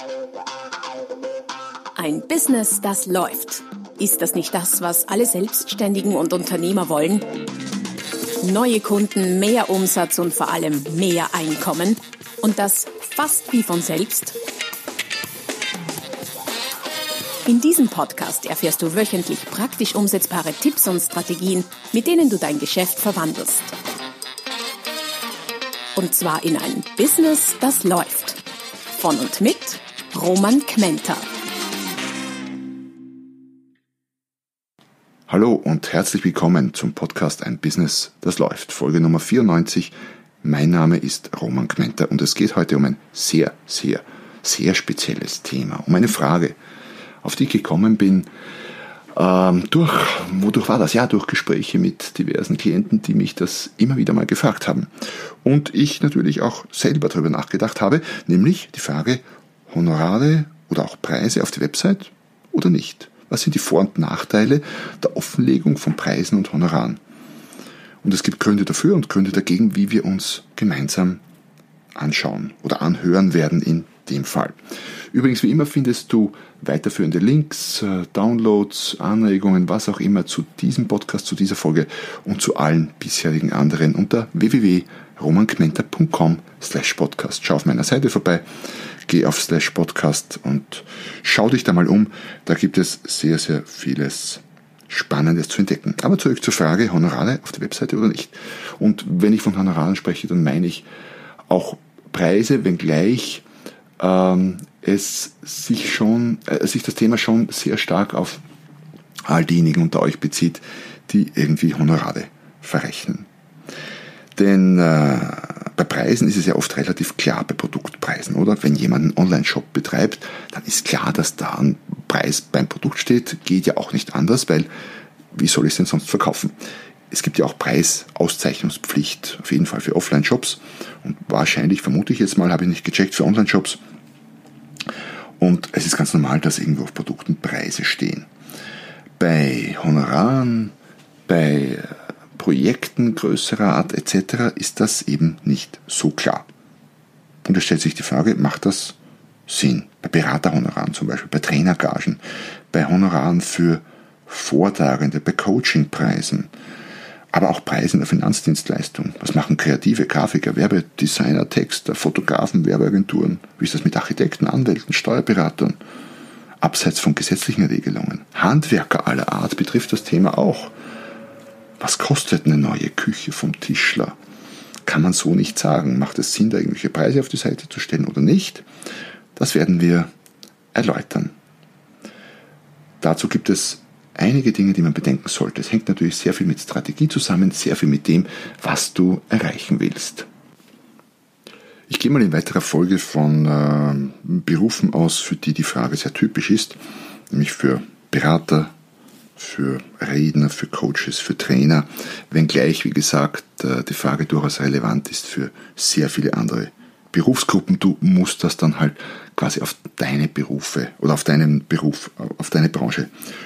Ein Business, das läuft. Ist das nicht das, was alle Selbstständigen und Unternehmer wollen? Neue Kunden, mehr Umsatz und vor allem mehr Einkommen. Und das fast wie von selbst? In diesem Podcast erfährst du wöchentlich praktisch umsetzbare Tipps und Strategien, mit denen du dein Geschäft verwandelst. Und zwar in ein Business, das läuft. Von und mit Roman Kmenter. Hallo und herzlich willkommen zum Podcast Ein Business, das läuft. Folge Nummer 94. Mein Name ist Roman Kmenter und es geht heute um ein sehr spezielles Thema. Um eine Frage, auf die ich gekommen bin, wodurch war das? Ja, durch Gespräche mit diversen Klienten, die mich das immer wieder mal gefragt haben. Und ich natürlich auch selber darüber nachgedacht habe, nämlich die Frage, Honorare oder auch Preise auf die Website oder nicht? Was sind die Vor- und Nachteile der Offenlegung von Preisen und Honoraren? Und es gibt Gründe dafür und Gründe dagegen, wie wir uns gemeinsam anschauen oder anhören werden in dem Fall. Übrigens, wie immer findest du weiterführende Links, Downloads, Anregungen, was auch immer zu diesem Podcast, zu dieser Folge und zu allen bisherigen anderen unter www.romankmenter.com/podcast. Schau auf meiner Seite vorbei, geh auf /podcast und schau dich da mal um. Da gibt es sehr vieles Spannendes zu entdecken. Aber zurück zur Frage, Honorare auf der Webseite oder nicht. Und wenn ich von Honoraren spreche, dann meine ich auch Preise, wenngleich sich das Thema schon sehr stark auf all diejenigen unter euch bezieht, die irgendwie Honorare verrechnen. Denn bei Preisen ist es ja oft relativ klar, bei Produktpreisen, oder? Wenn jemand einen Online-Shop betreibt, dann ist klar, dass da ein Preis beim Produkt steht. Geht ja auch nicht anders, weil wie soll ich es denn sonst verkaufen? Es gibt ja auch Preisauszeichnungspflicht, auf jeden Fall für Offline-Shops und wahrscheinlich, vermute ich jetzt mal, habe ich nicht gecheckt, für Online-Shops. Und es ist ganz normal, dass irgendwo auf Produkten Preise stehen. Bei Honoraren, bei Projekten größerer Art etc. ist das eben nicht so klar. Und es stellt sich die Frage, macht das Sinn? Bei Beraterhonoraren zum Beispiel, bei Trainergagen, bei Honoraren für Vortragende, bei Coachingpreisen, aber auch Preisen der Finanzdienstleistung. Was machen Kreative, Grafiker, Werbedesigner, Texter, Fotografen, Werbeagenturen? Wie ist das mit Architekten, Anwälten, Steuerberatern? Abseits von gesetzlichen Regelungen. Handwerker aller Art betrifft das Thema auch. Was kostet eine neue Küche vom Tischler? Kann man so nicht sagen. Macht es Sinn, da irgendwelche Preise auf die Seite zu stellen oder nicht? Das werden wir erläutern. Dazu gibt es einige Dinge, die man bedenken sollte. Es hängt natürlich sehr viel mit Strategie zusammen, sehr viel mit dem, was du erreichen willst. Ich gehe mal in weiterer Folge von Berufen aus, für die die Frage sehr typisch ist, nämlich für Berater, für Redner, für Coaches, für Trainer, wenngleich, wie gesagt, die Frage durchaus relevant ist für sehr viele andere Berufsgruppen. Du musst das dann halt quasi auf deine Berufe oder auf deinen Beruf, auf deine Branche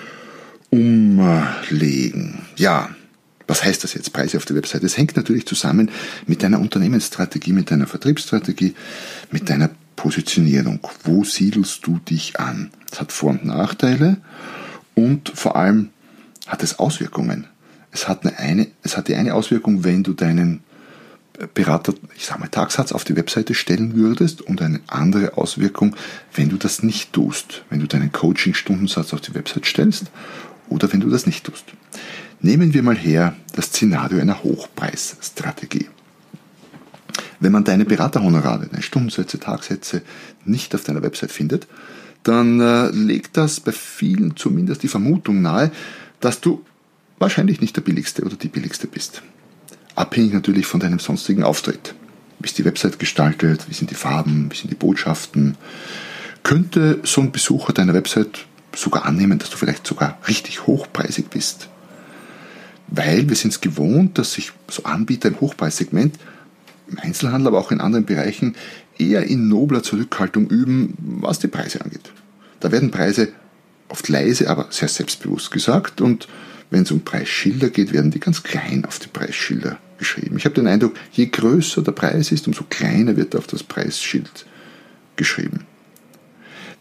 umlegen. Ja, was heißt das jetzt, Preise auf der Webseite? Es hängt natürlich zusammen mit deiner Unternehmensstrategie, mit deiner Vertriebsstrategie, mit deiner Positionierung. Wo siedelst du dich an? Es hat Vor- und Nachteile und vor allem hat es Auswirkungen. Es hat die eine Auswirkung, wenn du deinen Berater, ich sage mal, Tagsatz auf die Webseite stellen würdest und eine andere Auswirkung, wenn du das nicht tust, wenn du deinen Coaching-Stundensatz auf die Website stellst oder wenn du das nicht tust. Nehmen wir mal her das Szenario einer Hochpreisstrategie. Wenn man deine Beraterhonorare, deine Stundensätze, Tagsätze nicht auf deiner Website findet, dann legt das bei vielen zumindest die Vermutung nahe, dass du wahrscheinlich nicht der Billigste oder die Billigste bist. Abhängig natürlich von deinem sonstigen Auftritt. Wie ist die Website gestaltet? Wie sind die Farben? Wie sind die Botschaften? Könnte so ein Besucher deiner Website sogar annehmen, dass du vielleicht sogar richtig hochpreisig bist? Weil wir sind es gewohnt, dass sich so Anbieter im Hochpreissegment, im Einzelhandel, aber auch in anderen Bereichen, eher in nobler Zurückhaltung üben, was die Preise angeht. Da werden Preise oft leise, aber sehr selbstbewusst gesagt und wenn es um Preisschilder geht, werden die ganz klein auf die Preisschilder geschrieben. Ich habe den Eindruck, je größer der Preis ist, umso kleiner wird auf das Preisschild geschrieben.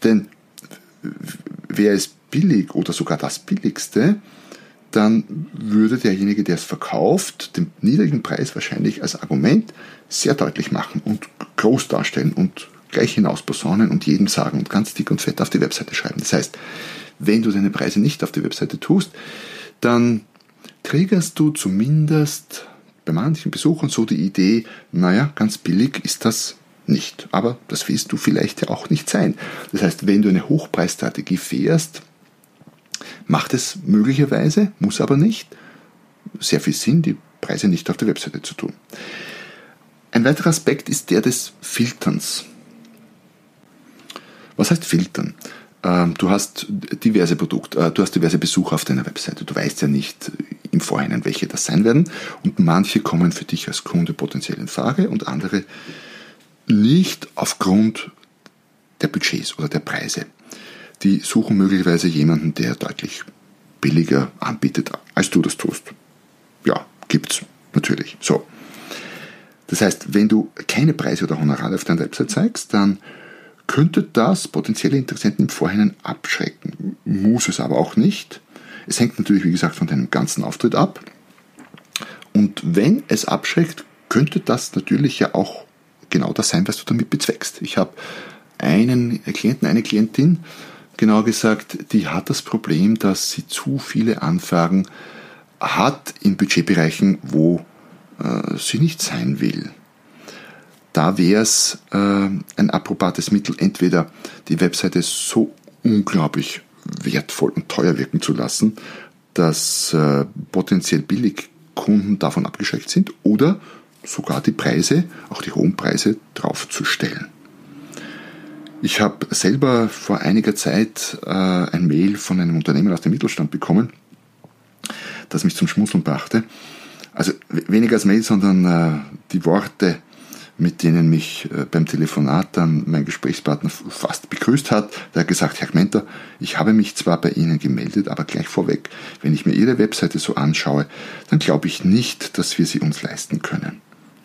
Denn wäre es billig oder sogar das Billigste, dann würde derjenige, der es verkauft, den niedrigen Preis wahrscheinlich als Argument sehr deutlich machen und groß darstellen und gleich hinaus posaunen und jedem sagen und ganz dick und fett auf die Webseite schreiben. Das heißt, wenn du deine Preise nicht auf die Webseite tust, dann triggerst du zumindest bei manchen Besuchern so die Idee, naja, ganz billig ist das nicht. Aber das willst du vielleicht ja auch nicht sein. Das heißt, wenn du eine Hochpreisstrategie fährst, macht es möglicherweise, muss aber nicht, sehr viel Sinn, die Preise nicht auf der Webseite zu tun. Ein weiterer Aspekt ist der des Filterns. Was heißt filtern? Du hast diverse Produkte, du hast diverse Besucher auf deiner Webseite. Du weißt ja nicht im Vorhinein, welche das sein werden. Und manche kommen für dich als Kunde potenziell in Frage und andere nicht aufgrund der Budgets oder der Preise. Die suchen möglicherweise jemanden, der deutlich billiger anbietet, als du das tust. Ja, gibt's natürlich. So. Das heißt, wenn du keine Preise oder Honorare auf deiner Website zeigst, dann könnte das potenzielle Interessenten im Vorhinein abschrecken. Muss es aber auch nicht. Es hängt natürlich, wie gesagt, von deinem ganzen Auftritt ab. Und wenn es abschreckt, könnte das natürlich ja auch genau das sein, was du damit bezweckst. Ich habe einen Klienten, eine Klientin, genauer gesagt, die hat das Problem, dass sie zu viele Anfragen hat in Budgetbereichen, wo sie nicht sein will. Da wäre es ein approbates Mittel, entweder die Webseite so unglaublich wertvoll und teuer wirken zu lassen, dass potenziell Billigkunden davon abgeschreckt sind, oder sogar die Preise, auch die hohen Preise, draufzustellen. Ich habe selber vor einiger Zeit ein Mail von einem Unternehmen aus dem Mittelstand bekommen, das mich zum Schmunzeln brachte. Also weniger als Mail, sondern die Worte, mit denen mich beim Telefonat dann mein Gesprächspartner fast begrüßt hat. Der hat gesagt: Herr Gmenter, ich habe mich zwar bei Ihnen gemeldet, aber gleich vorweg, wenn ich mir Ihre Webseite so anschaue, dann glaube ich nicht, dass wir sie uns leisten können.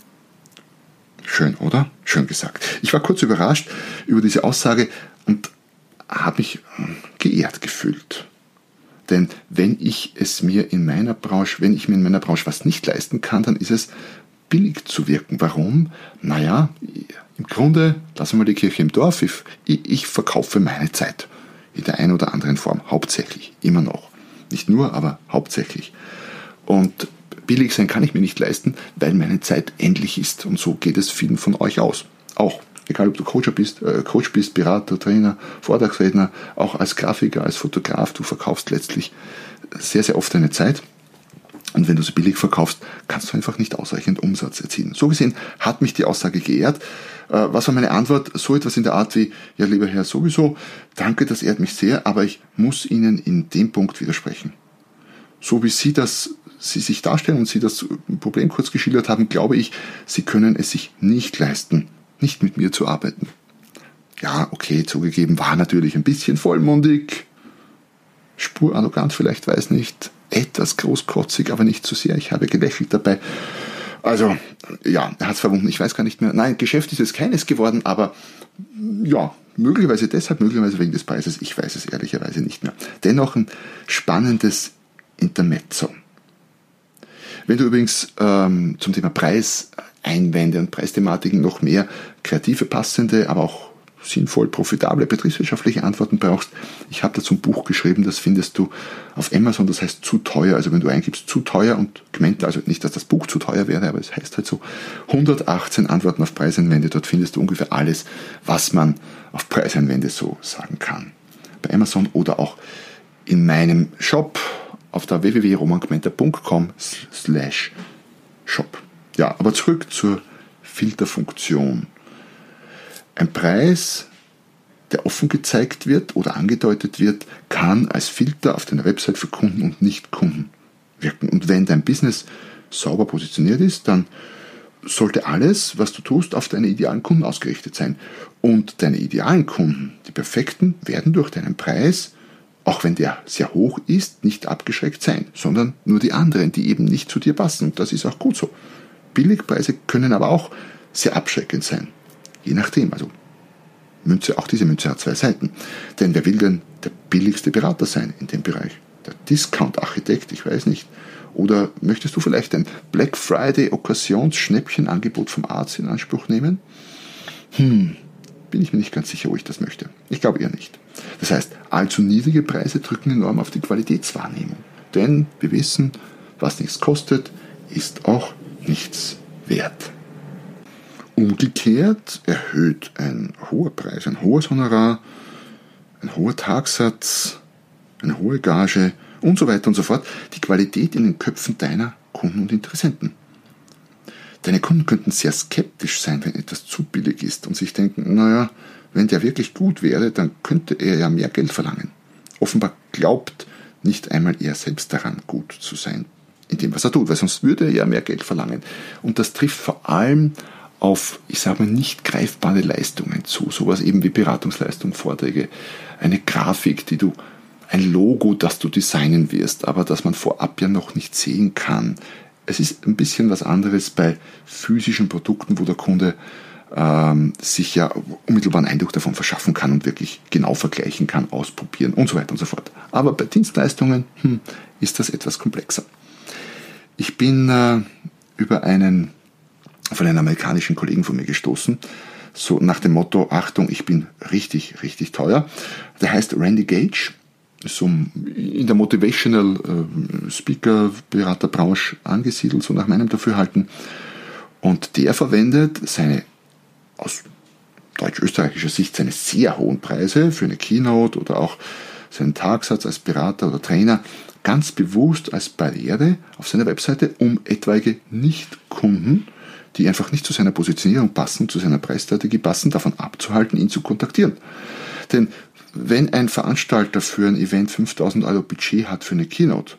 Schön, oder? Schön gesagt. Ich war kurz überrascht über diese Aussage und habe mich geehrt gefühlt. Denn wenn ich mir in meiner Branche was nicht leisten kann, dann ist es billig zu wirken. Warum? Naja, im Grunde, lassen wir mal die Kirche im Dorf, ich verkaufe meine Zeit in der einen oder anderen Form, hauptsächlich, immer noch. Nicht nur, aber hauptsächlich. Und billig sein kann ich mir nicht leisten, weil meine Zeit endlich ist. Und so geht es vielen von euch aus. Auch, egal ob du Coach bist, Berater, Trainer, Vortragsredner, auch als Grafiker, als Fotograf, du verkaufst letztlich sehr, sehr oft deine Zeit. Und wenn du sie billig verkaufst, kannst du einfach nicht ausreichend Umsatz erzielen. So gesehen hat mich die Aussage geehrt. Was war meine Antwort? So etwas in der Art wie: Ja, lieber Herr sowieso, danke, das ehrt mich sehr, aber ich muss Ihnen in dem Punkt widersprechen. So wie Sie sich darstellen und Sie das Problem kurz geschildert haben, glaube ich, Sie können es sich nicht leisten, nicht mit mir zu arbeiten. Ja, okay, zugegeben, war natürlich ein bisschen vollmundig, spurarrogant vielleicht, weiß nicht, etwas großkotzig, aber nicht zu sehr. Ich habe gelächelt dabei. Also, ja, er hat es verwunden, ich weiß gar nicht mehr. Nein, Geschäft ist es keines geworden, aber ja, möglicherweise deshalb, möglicherweise wegen des Preises, ich weiß es ehrlicherweise nicht mehr. Dennoch ein spannendes Intermezzo. Wenn du übrigens zum Thema Preiseinwände und Preisthematiken noch mehr kreative, passende, aber auch sinnvoll, profitable, betriebswirtschaftliche Antworten brauchst, ich habe dazu ein Buch geschrieben, das findest du auf Amazon, das heißt Zu teuer. Also wenn du eingibst Zu teuer und Gmenter, also nicht, dass das Buch zu teuer wäre, aber es heißt halt so, 118 Antworten auf Preiseinwände, dort findest du ungefähr alles, was man auf Preiseinwände so sagen kann. Bei Amazon oder auch in meinem Shop auf der www.romangmenter.com/shop. Ja, aber zurück zur Filterfunktion. Ein Preis, der offen gezeigt wird oder angedeutet wird, kann als Filter auf deiner Website für Kunden und Nicht-Kunden wirken. Und wenn dein Business sauber positioniert ist, dann sollte alles, was du tust, auf deine idealen Kunden ausgerichtet sein. Und deine idealen Kunden, die perfekten, werden durch deinen Preis, auch wenn der sehr hoch ist, nicht abgeschreckt sein, sondern nur die anderen, die eben nicht zu dir passen. Und das ist auch gut so. Billigpreise können aber auch sehr abschreckend sein. Je nachdem. Also Münze, auch diese Münze hat zwei Seiten. Denn wer will denn der billigste Berater sein in dem Bereich? Der Discount-Architekt, ich weiß nicht. Oder möchtest du vielleicht ein Black Friday Okkasionsschnäppchenangebot vom Arzt in Anspruch nehmen? Bin ich mir nicht ganz sicher, wo ich das möchte. Ich glaube eher nicht. Das heißt, allzu niedrige Preise drücken enorm auf die Qualitätswahrnehmung. Denn wir wissen, was nichts kostet, ist auch nichts wert. Umgekehrt erhöht ein hoher Preis, ein hohes Honorar, ein hoher Tagsatz, eine hohe Gage und so weiter und so fort die Qualität in den Köpfen deiner Kunden und Interessenten. Deine Kunden könnten sehr skeptisch sein, wenn etwas zu billig ist und sich denken, naja, wenn der wirklich gut wäre, dann könnte er ja mehr Geld verlangen. Offenbar glaubt nicht einmal er selbst daran, gut zu sein in dem, was er tut, weil sonst würde er ja mehr Geld verlangen. Und das trifft vor allem auf, ich sage mal, nicht greifbare Leistungen zu, sowas eben wie Beratungsleistung, Vorträge, eine Grafik, ein Logo, das du designen wirst, aber das man vorab ja noch nicht sehen kann. Es ist ein bisschen was anderes bei physischen Produkten, wo der Kunde sich ja unmittelbar einen Eindruck davon verschaffen kann und wirklich genau vergleichen kann, ausprobieren und so weiter und so fort. Aber bei Dienstleistungen ist das etwas komplexer. Ich bin über von einem amerikanischen Kollegen von mir gestoßen, so nach dem Motto, Achtung, ich bin richtig, richtig teuer. Der heißt Randy Gage, so in der Motivational Speaker Beraterbranche angesiedelt, so nach meinem Dafürhalten. Und der verwendet seine, aus deutsch-österreichischer Sicht, seine sehr hohen Preise für eine Keynote oder auch seinen Tagsatz als Berater oder Trainer ganz bewusst als Barriere auf seiner Webseite, um etwaige Nicht-Kunden, die einfach nicht zu seiner Positionierung passen, zu seiner Preisstrategie passen, davon abzuhalten, ihn zu kontaktieren. Denn wenn ein Veranstalter für ein Event 5.000 Euro Budget hat für eine Keynote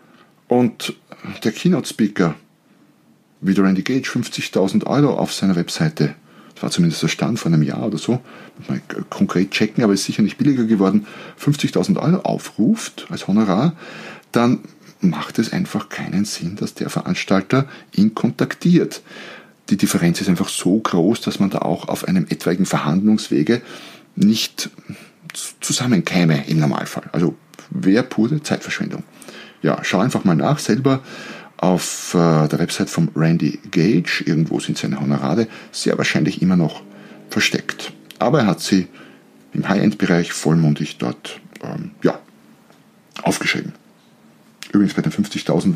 und der Keynote-Speaker, wie der Randy Gage, 50.000 Euro auf seiner Webseite, das war zumindest der Stand vor einem Jahr oder so, muss man konkret checken, aber ist sicher nicht billiger geworden, 50.000 Euro aufruft als Honorar, dann macht es einfach keinen Sinn, dass der Veranstalter ihn kontaktiert. Die Differenz ist einfach so groß, dass man da auch auf einem etwaigen Verhandlungswege nicht zusammenkäme im Normalfall. Also wäre pure Zeitverschwendung. Ja, schau einfach mal nach selber auf der Website von Randy Gage. Irgendwo sind seine Honorare sehr wahrscheinlich immer noch versteckt. Aber er hat sie im High-End-Bereich vollmundig dort aufgeschrieben. Übrigens bei den 50.000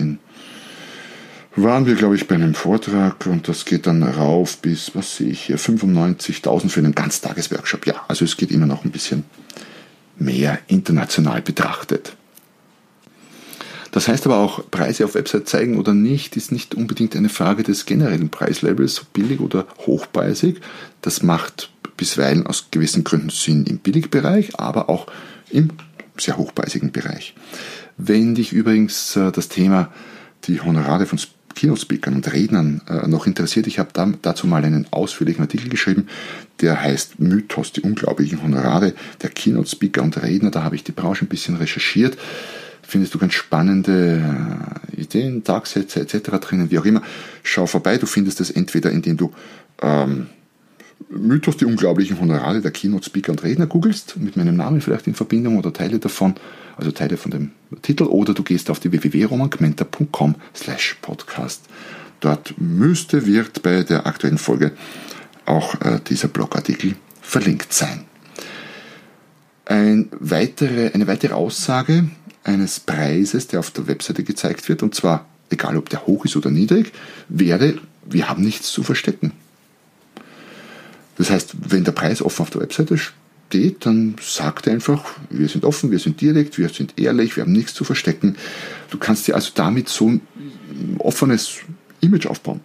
waren wir, glaube ich, bei einem Vortrag und das geht dann rauf bis, 95.000 für einen Ganztagesworkshop. Ja, also es geht immer noch ein bisschen mehr international betrachtet. Das heißt aber auch, Preise auf Website zeigen oder nicht, ist nicht unbedingt eine Frage des generellen Preislevels, so billig oder hochpreisig. Das macht bisweilen aus gewissen Gründen Sinn im Billigbereich, aber auch im sehr hochpreisigen Bereich. Wenn dich übrigens das Thema die Honorare von Keynote-Speakern und Rednern noch interessiert, ich habe dazu mal einen ausführlichen Artikel geschrieben, der heißt Mythos, die unglaublichen Honorare der Keynote-Speaker und Redner. Da habe ich die Branche ein bisschen recherchiert. Findest du ganz spannende Ideen, Tagsätze etc. drinnen, wie auch immer. Schau vorbei, du findest es entweder, indem du Mythos, die unglaublichen Honorare der Keynote-Speaker und Redner googelst, mit meinem Namen vielleicht in Verbindung oder Teile davon, also Teile von dem Titel, oder du gehst auf die www.romangmenta.com/podcast. Dort wird bei der aktuellen Folge auch dieser Blogartikel verlinkt sein. Eine weitere Aussage eines Preises, der auf der Webseite gezeigt wird, und zwar egal ob der hoch ist oder niedrig, wäre, wir haben nichts zu verstecken. Das heißt, wenn der Preis offen auf der Webseite steht, dann sagt er einfach, wir sind offen, wir sind direkt, wir sind ehrlich, wir haben nichts zu verstecken. Du kannst dir also damit so ein offenes Image aufbauen.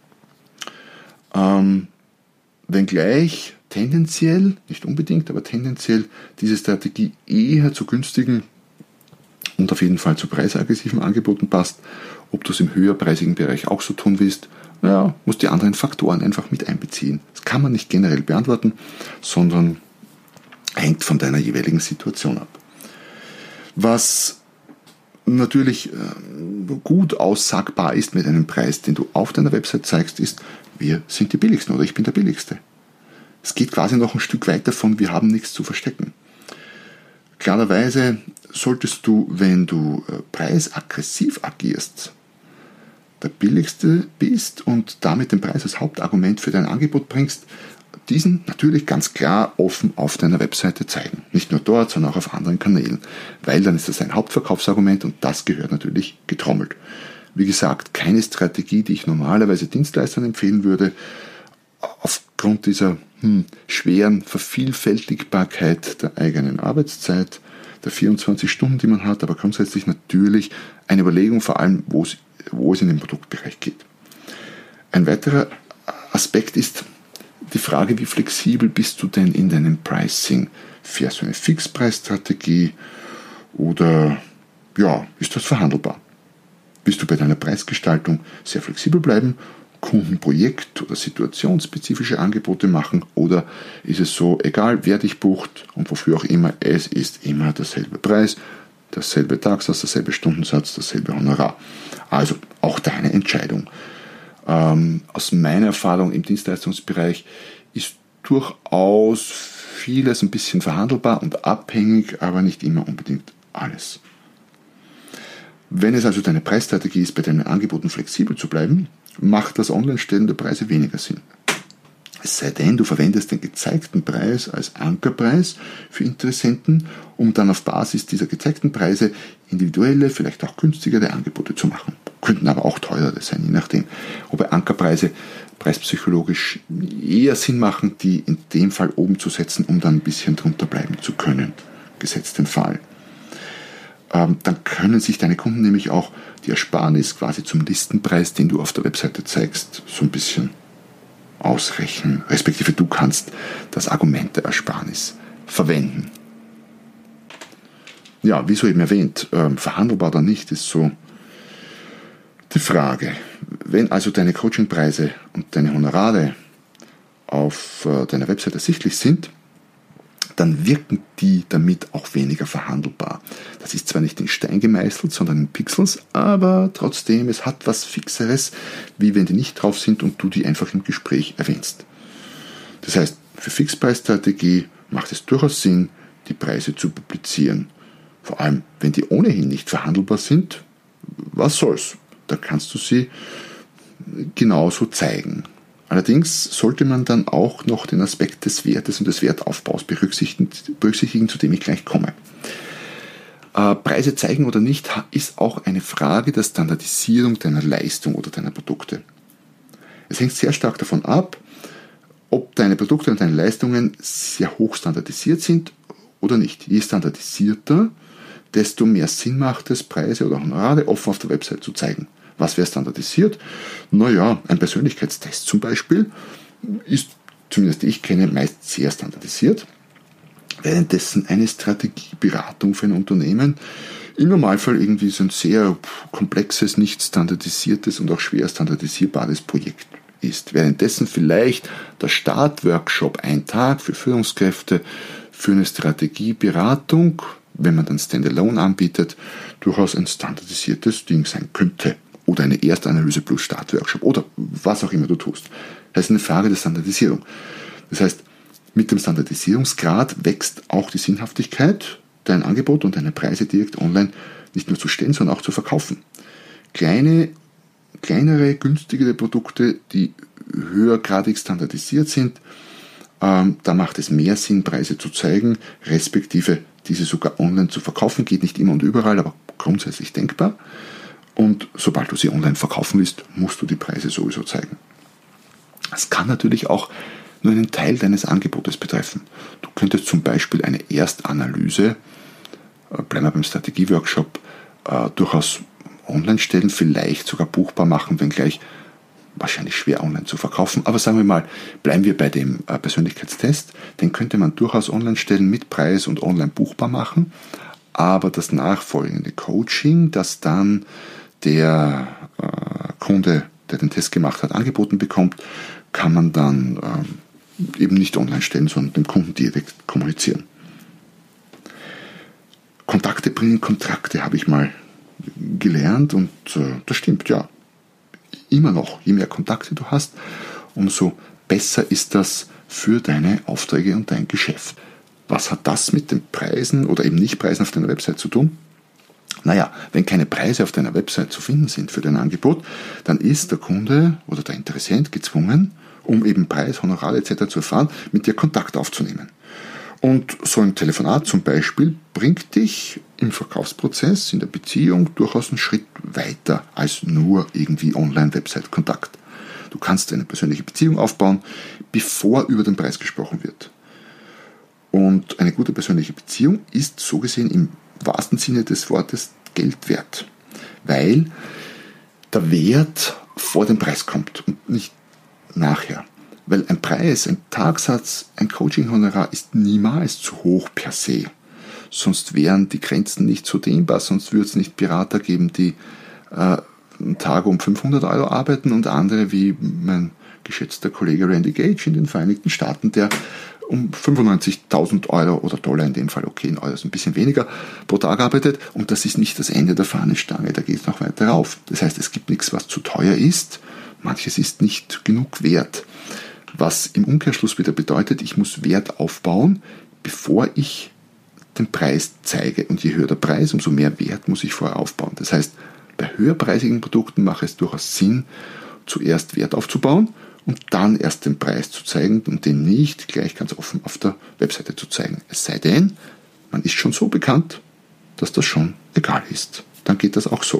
Wenngleich tendenziell, nicht unbedingt, aber tendenziell diese Strategie eher zu günstigen und auf jeden Fall zu preisaggressiven Angeboten passt. Ob du es im höherpreisigen Bereich auch so tun willst, ja, musst die anderen Faktoren einfach mit einbeziehen. Das kann man nicht generell beantworten, sondern hängt von deiner jeweiligen Situation ab. Was natürlich gut aussagbar ist mit einem Preis, den du auf deiner Website zeigst, ist, wir sind die Billigsten oder ich bin der Billigste. Es geht quasi noch ein Stück weiter von, wir haben nichts zu verstecken. Klarerweise solltest du, wenn du preisaggressiv agierst, der Billigste bist und damit den Preis als Hauptargument für dein Angebot bringst, diesen natürlich ganz klar offen auf deiner Webseite zeigen. Nicht nur dort, sondern auch auf anderen Kanälen. Weil dann ist das ein Hauptverkaufsargument und das gehört natürlich getrommelt. Wie gesagt, keine Strategie, die ich normalerweise Dienstleistern empfehlen würde, aufgrund dieser schweren Vervielfältigbarkeit der eigenen Arbeitszeit, der 24 Stunden, die man hat, aber grundsätzlich natürlich eine Überlegung, vor allem, wo es in den Produktbereich geht. Ein weiterer Aspekt ist die Frage, wie flexibel bist du denn in deinem Pricing? Fährst du eine Fixpreisstrategie oder ist das verhandelbar? Willst du bei deiner Preisgestaltung sehr flexibel bleiben, Kundenprojekt- oder situationsspezifische Angebote machen oder ist es so, egal wer dich bucht und wofür auch immer, es ist immer derselbe Preis, derselbe Tagsatz, derselbe Stundensatz, dasselbe Honorar. Also auch deine Entscheidung. Aus meiner Erfahrung im Dienstleistungsbereich ist durchaus vieles ein bisschen verhandelbar und abhängig, aber nicht immer unbedingt alles. Wenn es also deine Preisstrategie ist, bei deinen Angeboten flexibel zu bleiben, macht das Online-Stellen der Preise weniger Sinn. Es sei denn, du verwendest den gezeigten Preis als Ankerpreis für Interessenten, um dann auf Basis dieser gezeigten Preise individuelle, vielleicht auch günstigere Angebote zu machen. Könnten aber auch teurere sein, je nachdem. Wobei Ankerpreise preispsychologisch eher Sinn machen, die in dem Fall oben zu setzen, um dann ein bisschen drunter bleiben zu können, gesetzt den Fall. Dann können sich deine Kunden nämlich auch die Ersparnis quasi zum Listenpreis, den du auf der Webseite zeigst, so ein bisschen ausrechnen, respektive du kannst das Argument der Ersparnis verwenden. Ja, wie so eben erwähnt, verhandelbar oder nicht, ist so die Frage. Wenn also deine Coachingpreise und deine Honorare auf deiner Website ersichtlich sind, dann wirken die damit auch weniger verhandelbar. Das ist zwar nicht in Stein gemeißelt, sondern in Pixels, aber trotzdem, es hat was Fixeres, wie wenn die nicht drauf sind und du die einfach im Gespräch erwähnst. Das heißt, für Fixpreisstrategie macht es durchaus Sinn, die Preise zu publizieren. Vor allem, wenn die ohnehin nicht verhandelbar sind, was soll's? Da kannst du sie genauso zeigen. Allerdings sollte man dann auch noch den Aspekt des Wertes und des Wertaufbaus berücksichtigen, zu dem ich gleich komme. Preise zeigen oder nicht ist auch eine Frage der Standardisierung deiner Leistung oder deiner Produkte. Es hängt sehr stark davon ab, ob deine Produkte und deine Leistungen sehr hoch standardisiert sind oder nicht. Je standardisierter, desto mehr Sinn macht es, Preise oder Honorare offen auf der Website zu zeigen. Was wäre standardisiert? Naja, ein Persönlichkeitstest zum Beispiel ist, zumindest ich kenne, meist sehr standardisiert. Währenddessen eine Strategieberatung für ein Unternehmen im Normalfall irgendwie so ein sehr komplexes, nicht standardisiertes und auch schwer standardisierbares Projekt ist. Währenddessen vielleicht der Startworkshop, ein Tag für Führungskräfte, für eine Strategieberatung, wenn man dann Standalone anbietet, durchaus ein standardisiertes Ding sein könnte. Oder eine Erstanalyse plus Startworkshop oder was auch immer du tust. Das ist eine Frage der Standardisierung. Das heißt, mit dem Standardisierungsgrad wächst auch die Sinnhaftigkeit, dein Angebot und deine Preise direkt online nicht nur zu stellen, sondern auch zu verkaufen. Kleinere, günstigere Produkte, die höhergradig standardisiert sind, da macht es mehr Sinn, Preise zu zeigen, respektive diese sogar online zu verkaufen. Geht nicht immer und überall, aber grundsätzlich denkbar. Und sobald du sie online verkaufen willst, musst du die Preise sowieso zeigen. Es kann natürlich auch nur einen Teil deines Angebotes betreffen. Du könntest zum Beispiel eine Erstanalyse, bleiben wir beim Strategieworkshop, durchaus online stellen, vielleicht sogar buchbar machen, wenngleich wahrscheinlich schwer online zu verkaufen. Aber sagen wir mal, bleiben wir bei dem Persönlichkeitstest. Den könnte man durchaus online stellen mit Preis und online buchbar machen. Aber das nachfolgende Coaching, das dann der Kunde, der den Test gemacht hat, angeboten bekommt, kann man dann eben nicht online stellen, sondern dem Kunden direkt kommunizieren. Kontakte bringen Kontrakte, habe ich mal gelernt und das stimmt, ja. Immer noch, je mehr Kontakte du hast, umso besser ist das für deine Aufträge und dein Geschäft. Was hat das mit den Preisen oder eben Nicht-Preisen auf deiner Website zu tun? Naja, wenn keine Preise auf deiner Website zu finden sind für dein Angebot, dann ist der Kunde oder der Interessent gezwungen, um eben Preis, Honorare etc. zu erfahren, mit dir Kontakt aufzunehmen. Und so ein Telefonat zum Beispiel bringt dich im Verkaufsprozess, in der Beziehung durchaus einen Schritt weiter als nur irgendwie Online-Website-Kontakt. Du kannst eine persönliche Beziehung aufbauen, bevor über den Preis gesprochen wird. Und eine gute persönliche Beziehung ist so gesehen im wahrsten Sinne des Wortes Geld wert, weil der Wert vor dem Preis kommt und nicht nachher. Weil ein Preis, ein Tagsatz, ein Coaching-Honorar ist niemals zu hoch per se. Sonst wären die Grenzen nicht so dehnbar, sonst würde es nicht Berater geben, die Tage um 500 Euro arbeiten und andere wie mein geschätzter Kollege Randy Gage in den Vereinigten Staaten, der um 95.000 Euro oder Dollar in dem Fall, okay, in Euro ist ein bisschen weniger, pro Tag arbeitet und das ist nicht das Ende der Fahnenstange, da geht es noch weiter rauf. Das heißt, es gibt nichts, was zu teuer ist, manches ist nicht genug wert. Was im Umkehrschluss wieder bedeutet, ich muss Wert aufbauen, bevor ich den Preis zeige. Und je höher der Preis, umso mehr Wert muss ich vorher aufbauen. Das heißt, bei höherpreisigen Produkten macht es durchaus Sinn, zuerst Wert aufzubauen und dann erst den Preis zu zeigen und den nicht gleich ganz offen auf der Webseite zu zeigen. Es sei denn, man ist schon so bekannt, dass das schon egal ist. Dann geht das auch so.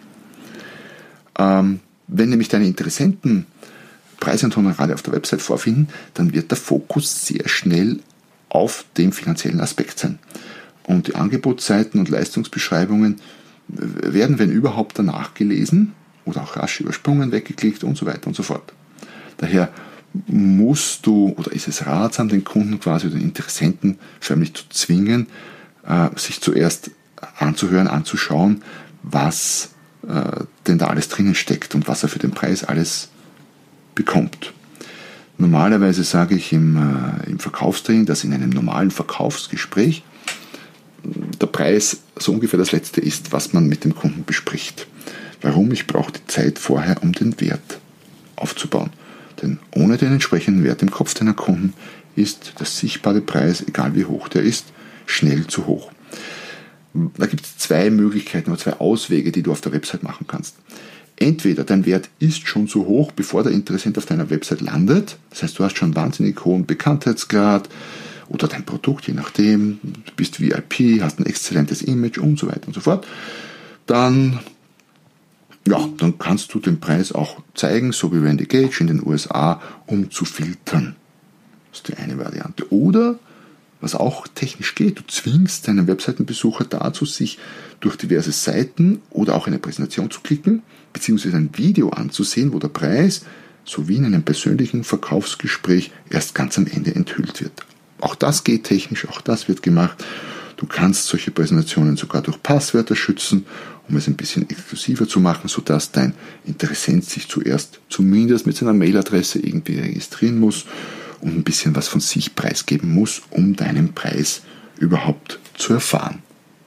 Wenn nämlich deine Interessenten Preise und Honorare auf der Website vorfinden, dann wird der Fokus sehr schnell auf dem finanziellen Aspekt sein. Und die Angebotsseiten und Leistungsbeschreibungen werden, wenn überhaupt, danach gelesen oder auch rasch übersprungen, weggeklickt und so weiter und so fort. Daher musst du oder ist es ratsam, den Kunden quasi oder den Interessenten förmlich zu zwingen, sich zuerst anzuhören, anzuschauen, was denn da alles drinnen steckt und was er für den Preis alles bekommt. Normalerweise sage ich im Verkaufstraining, dass in einem normalen Verkaufsgespräch der Preis so ungefähr das Letzte ist, was man mit dem Kunden bespricht. Warum? Ich brauche die Zeit vorher, um den Wert aufzubauen. Denn ohne den entsprechenden Wert im Kopf deiner Kunden ist der sichtbare Preis, egal wie hoch der ist, schnell zu hoch. Da gibt es zwei Möglichkeiten oder zwei Auswege, die du auf der Website machen kannst. Entweder dein Wert ist schon so hoch, bevor der Interessent auf deiner Website landet. Das heißt, du hast schon einen wahnsinnig hohen Bekanntheitsgrad oder dein Produkt, je nachdem, du bist VIP, hast ein exzellentes Image und so weiter und so fort. Dann kannst du den Preis auch zeigen, so wie Randy Gage in den USA, um zu filtern. Das ist die eine Variante. Oder, was auch technisch geht, du zwingst deinen Webseitenbesucher dazu, sich durch diverse Seiten oder auch eine Präsentation zu klicken, beziehungsweise ein Video anzusehen, wo der Preis, so wie in einem persönlichen Verkaufsgespräch, erst ganz am Ende enthüllt wird. Auch das geht technisch, auch das wird gemacht. Du kannst solche Präsentationen sogar durch Passwörter schützen, um es ein bisschen exklusiver zu machen, sodass dein Interessent sich zuerst zumindest mit seiner Mailadresse irgendwie registrieren muss und ein bisschen was von sich preisgeben muss, um deinen Preis überhaupt zu erfahren.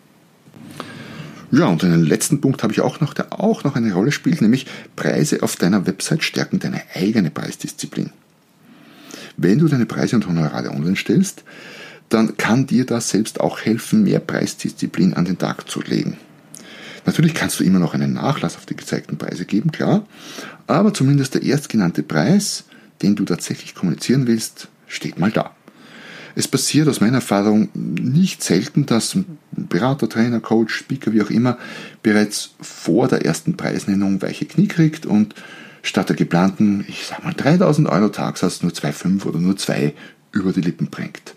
Ja, und einen letzten Punkt habe ich auch noch, der auch noch eine Rolle spielt, nämlich Preise auf deiner Website stärken deine eigene Preisdisziplin. Wenn du deine Preise und Honorare online stellst, dann kann dir das selbst auch helfen, mehr Preisdisziplin an den Tag zu legen. Natürlich kannst du immer noch einen Nachlass auf die gezeigten Preise geben, klar, aber zumindest der erstgenannte Preis, den du tatsächlich kommunizieren willst, steht mal da. Es passiert aus meiner Erfahrung nicht selten, dass ein Berater, Trainer, Coach, Speaker, wie auch immer, bereits vor der ersten Preisnennung weiche Knie kriegt und statt der geplanten, 3.000 Euro Tagsatz nur 2,5 oder nur 2 über die Lippen bringt.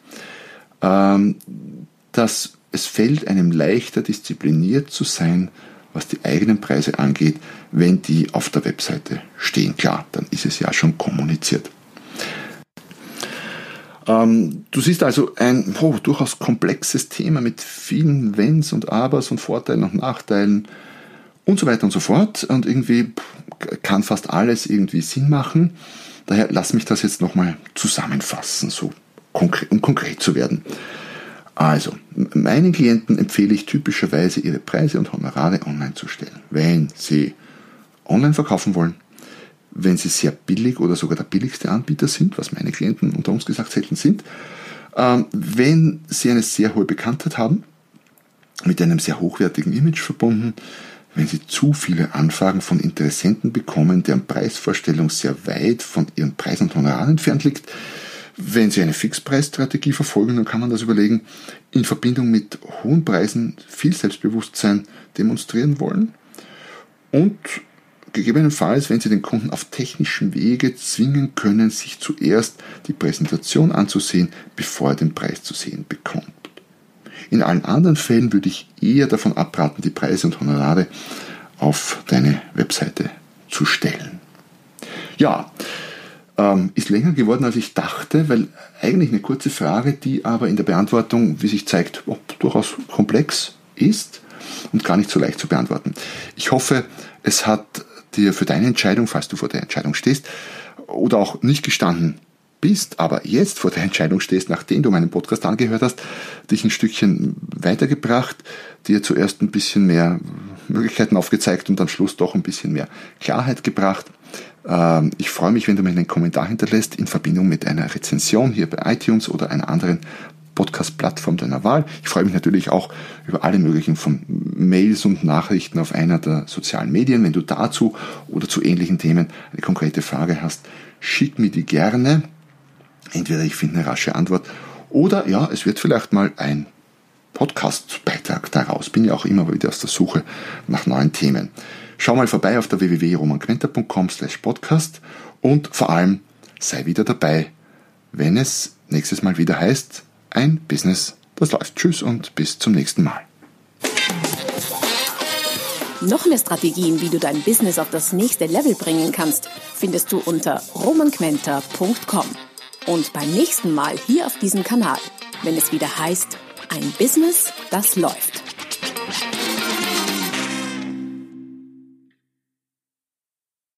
Es fällt einem leichter, diszipliniert zu sein, was die eigenen Preise angeht, wenn die auf der Webseite stehen. Klar, dann ist es ja schon kommuniziert. Du siehst also ein durchaus komplexes Thema mit vielen Wenns und Abers und Vorteilen und Nachteilen und so weiter und so fort. Und irgendwie kann fast alles irgendwie Sinn machen. Daher lass mich das jetzt nochmal zusammenfassen, so um konkret zu werden. Also, meinen Klienten empfehle ich typischerweise, ihre Preise und Honorare online zu stellen, wenn sie online verkaufen wollen, wenn sie sehr billig oder sogar der billigste Anbieter sind, was meine Klienten unter uns gesagt selten sind, wenn sie eine sehr hohe Bekanntheit haben, mit einem sehr hochwertigen Image verbunden, wenn sie zu viele Anfragen von Interessenten bekommen, deren Preisvorstellung sehr weit von ihren Preisen und Honoraren entfernt liegt. Wenn sie eine Fixpreisstrategie verfolgen, dann kann man das überlegen, in Verbindung mit hohen Preisen viel Selbstbewusstsein demonstrieren wollen und gegebenenfalls, wenn Sie den Kunden auf technischem Wege zwingen können, sich zuerst die Präsentation anzusehen, bevor er den Preis zu sehen bekommt. In allen anderen Fällen würde ich eher davon abraten, die Preise und Honorare auf deine Webseite zu stellen. Ja, ist länger geworden, als ich dachte, weil eigentlich eine kurze Frage, die aber in der Beantwortung, wie sich zeigt, durchaus komplex ist und gar nicht so leicht zu beantworten. Ich hoffe, es hat dir für deine Entscheidung, falls du vor der Entscheidung stehst oder auch nicht gestanden bist, aber jetzt vor der Entscheidung stehst, nachdem du meinen Podcast angehört hast, dich ein Stückchen weitergebracht, dir zuerst ein bisschen mehr Möglichkeiten aufgezeigt und am Schluss doch ein bisschen mehr Klarheit gebracht. Ich freue mich, wenn du mir einen Kommentar hinterlässt in Verbindung mit einer Rezension hier bei iTunes oder einer anderen Podcast-Plattform deiner Wahl. Ich freue mich natürlich auch über alle möglichen von Mails und Nachrichten auf einer der sozialen Medien. Wenn du dazu oder zu ähnlichen Themen eine konkrete Frage hast, schick mir die gerne. Entweder ich finde eine rasche Antwort oder ja, es wird vielleicht mal ein Podcast-Beitrag daraus. Bin ja auch immer wieder auf der Suche nach neuen Themen. Schau mal vorbei auf der www.romanquenter.com/podcast und vor allem sei wieder dabei, wenn es nächstes Mal wieder heißt, ein Business, das läuft. Tschüss und bis zum nächsten Mal. Noch mehr Strategien, wie du dein Business auf das nächste Level bringen kannst, findest du unter romanquenter.com. Und beim nächsten Mal hier auf diesem Kanal, wenn es wieder heißt, ein Business, das läuft.